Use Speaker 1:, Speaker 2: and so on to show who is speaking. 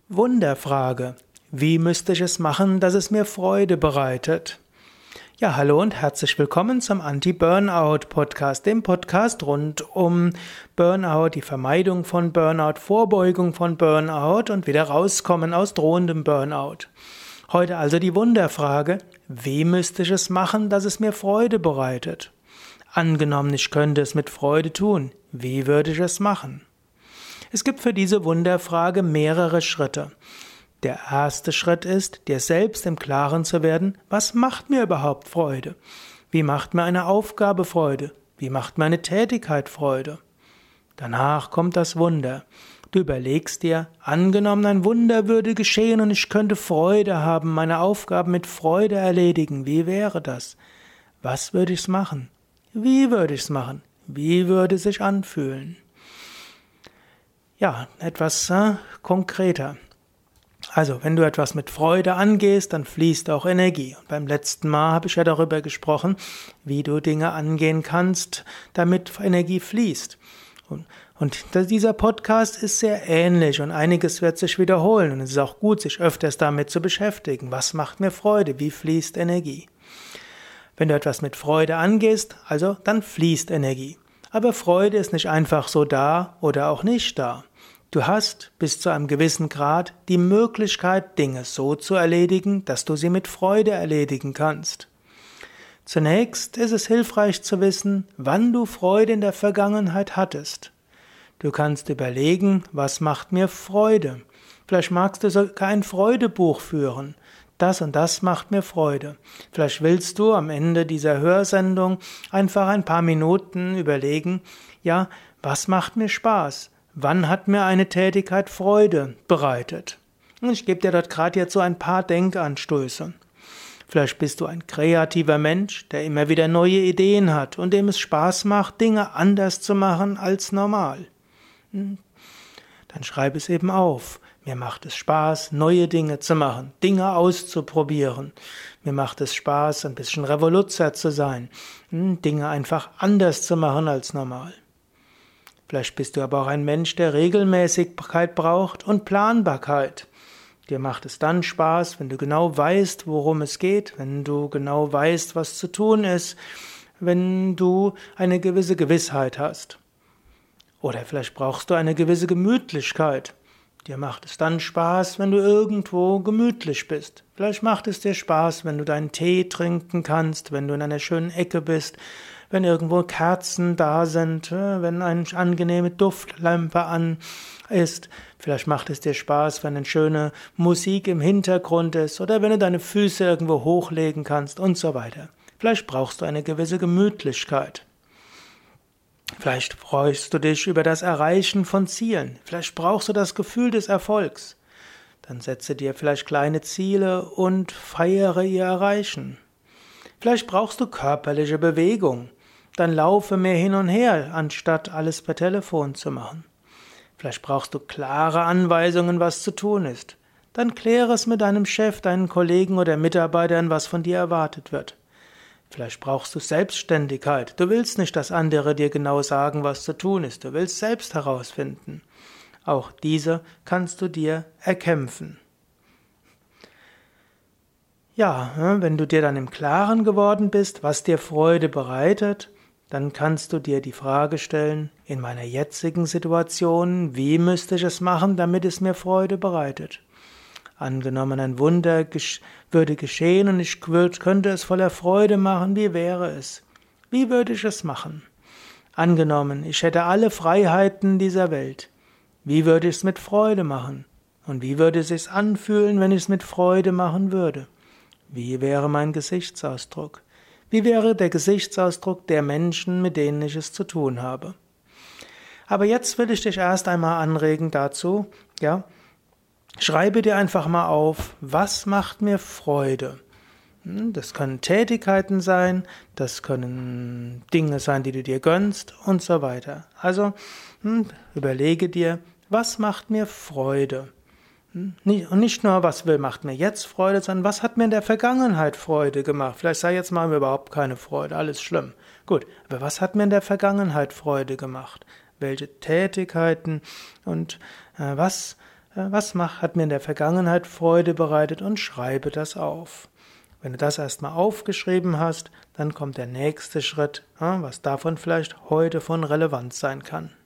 Speaker 1: Wunderfrage. Wie müsste ich es machen, dass es mir Freude bereitet? Ja, hallo und herzlich willkommen zum Anti-Burnout-Podcast, dem Podcast rund um Burnout, die Vermeidung von Burnout, Vorbeugung von Burnout und wieder rauskommen aus drohendem Burnout. Heute also die Wunderfrage, wie müsste ich es machen, dass es mir Freude bereitet? Angenommen, ich könnte es mit Freude tun, wie würde ich es machen? Es gibt für diese Wunderfrage mehrere Schritte. Der erste Schritt ist, dir selbst im Klaren zu werden, was macht mir überhaupt Freude? Wie macht mir eine Aufgabe Freude? Wie macht mir eine Tätigkeit Freude? Danach kommt das Wunder. Du überlegst dir, angenommen ein Wunder würde geschehen und ich könnte Freude haben, meine Aufgaben mit Freude erledigen. Wie wäre das? Was würde ich machen? Wie würde ich es machen? Wie würde es sich anfühlen? Ja, etwas konkreter. Also, wenn du etwas mit Freude angehst, dann fließt auch Energie. Und beim letzten Mal habe ich ja darüber gesprochen, wie du Dinge angehen kannst, damit Energie fließt. Und dieser Podcast ist sehr ähnlich und einiges wird sich wiederholen. Und es ist auch gut, sich öfters damit zu beschäftigen. Was macht mir Freude? Wie fließt Energie? Wenn du etwas mit Freude angehst, also dann fließt Energie. Aber Freude ist nicht einfach so da oder auch nicht da. Du hast bis zu einem gewissen Grad die Möglichkeit, Dinge so zu erledigen, dass du sie mit Freude erledigen kannst. Zunächst ist es hilfreich zu wissen, wann du Freude in der Vergangenheit hattest. Du kannst überlegen, was macht mir Freude? Vielleicht magst du sogar ein Freudebuch führen. Das und das macht mir Freude. Vielleicht willst du am Ende dieser Hörsendung einfach ein paar Minuten überlegen, ja, was macht mir Spaß? Wann hat mir eine Tätigkeit Freude bereitet? Und ich gebe dir dort gerade jetzt so ein paar Denkanstöße. Vielleicht bist du ein kreativer Mensch, der immer wieder neue Ideen hat und dem es Spaß macht, Dinge anders zu machen als normal. Dann schreib es eben auf. Mir macht es Spaß, neue Dinge zu machen, Dinge auszuprobieren. Mir macht es Spaß, ein bisschen Revoluzer zu sein, Dinge einfach anders zu machen als normal. Vielleicht bist du aber auch ein Mensch, der Regelmäßigkeit braucht und Planbarkeit. Dir macht es dann Spaß, wenn du genau weißt, worum es geht, wenn du genau weißt, was zu tun ist, wenn du eine gewisse Gewissheit hast. Oder vielleicht brauchst du eine gewisse Gemütlichkeit. Dir macht es dann Spaß, wenn du irgendwo gemütlich bist. Vielleicht macht es dir Spaß, wenn du deinen Tee trinken kannst, wenn du in einer schönen Ecke bist, wenn irgendwo Kerzen da sind, wenn eine angenehme Duftlampe an ist. Vielleicht macht es dir Spaß, wenn eine schöne Musik im Hintergrund ist oder wenn du deine Füße irgendwo hochlegen kannst und so weiter. Vielleicht brauchst du eine gewisse Gemütlichkeit. Vielleicht freust du dich über das Erreichen von Zielen. Vielleicht brauchst du das Gefühl des Erfolgs. Dann setze dir vielleicht kleine Ziele und feiere ihr Erreichen. Vielleicht brauchst du körperliche Bewegung. Dann laufe mehr hin und her, anstatt alles per Telefon zu machen. Vielleicht brauchst du klare Anweisungen, was zu tun ist. Dann kläre es mit deinem Chef, deinen Kollegen oder Mitarbeitern, was von dir erwartet wird. Vielleicht brauchst du Selbstständigkeit. Du willst nicht, dass andere dir genau sagen, was zu tun ist. Du willst selbst herausfinden. Auch diese kannst du dir erkämpfen. Ja, wenn du dir dann im Klaren geworden bist, was dir Freude bereitet, dann kannst du dir die Frage stellen, in meiner jetzigen Situation, wie müsste ich es machen, damit es mir Freude bereitet? Angenommen, ein Wunder würde geschehen und ich könnte es voller Freude machen, wie wäre es? Wie würde ich es machen? Angenommen, ich hätte alle Freiheiten dieser Welt. Wie würde ich es mit Freude machen? Und wie würde es sich anfühlen, wenn ich es mit Freude machen würde? Wie wäre mein Gesichtsausdruck? Wie wäre der Gesichtsausdruck der Menschen, mit denen ich es zu tun habe? Aber jetzt will ich dich erst einmal anregen dazu, ja, schreibe dir einfach mal auf, was macht mir Freude? Das können Tätigkeiten sein, das können Dinge sein, die du dir gönnst und so weiter. Also überlege dir, was macht mir Freude? Und nicht nur, was macht mir jetzt Freude, sondern was hat mir in der Vergangenheit Freude gemacht? Vielleicht sei jetzt mal überhaupt keine Freude, alles schlimm. Gut, aber was hat mir in der Vergangenheit Freude gemacht? Welche Tätigkeiten und was hat mir in der Vergangenheit Freude bereitet und schreibe das auf. Wenn du das erstmal aufgeschrieben hast, dann kommt der nächste Schritt, was davon vielleicht heute von Relevanz sein kann.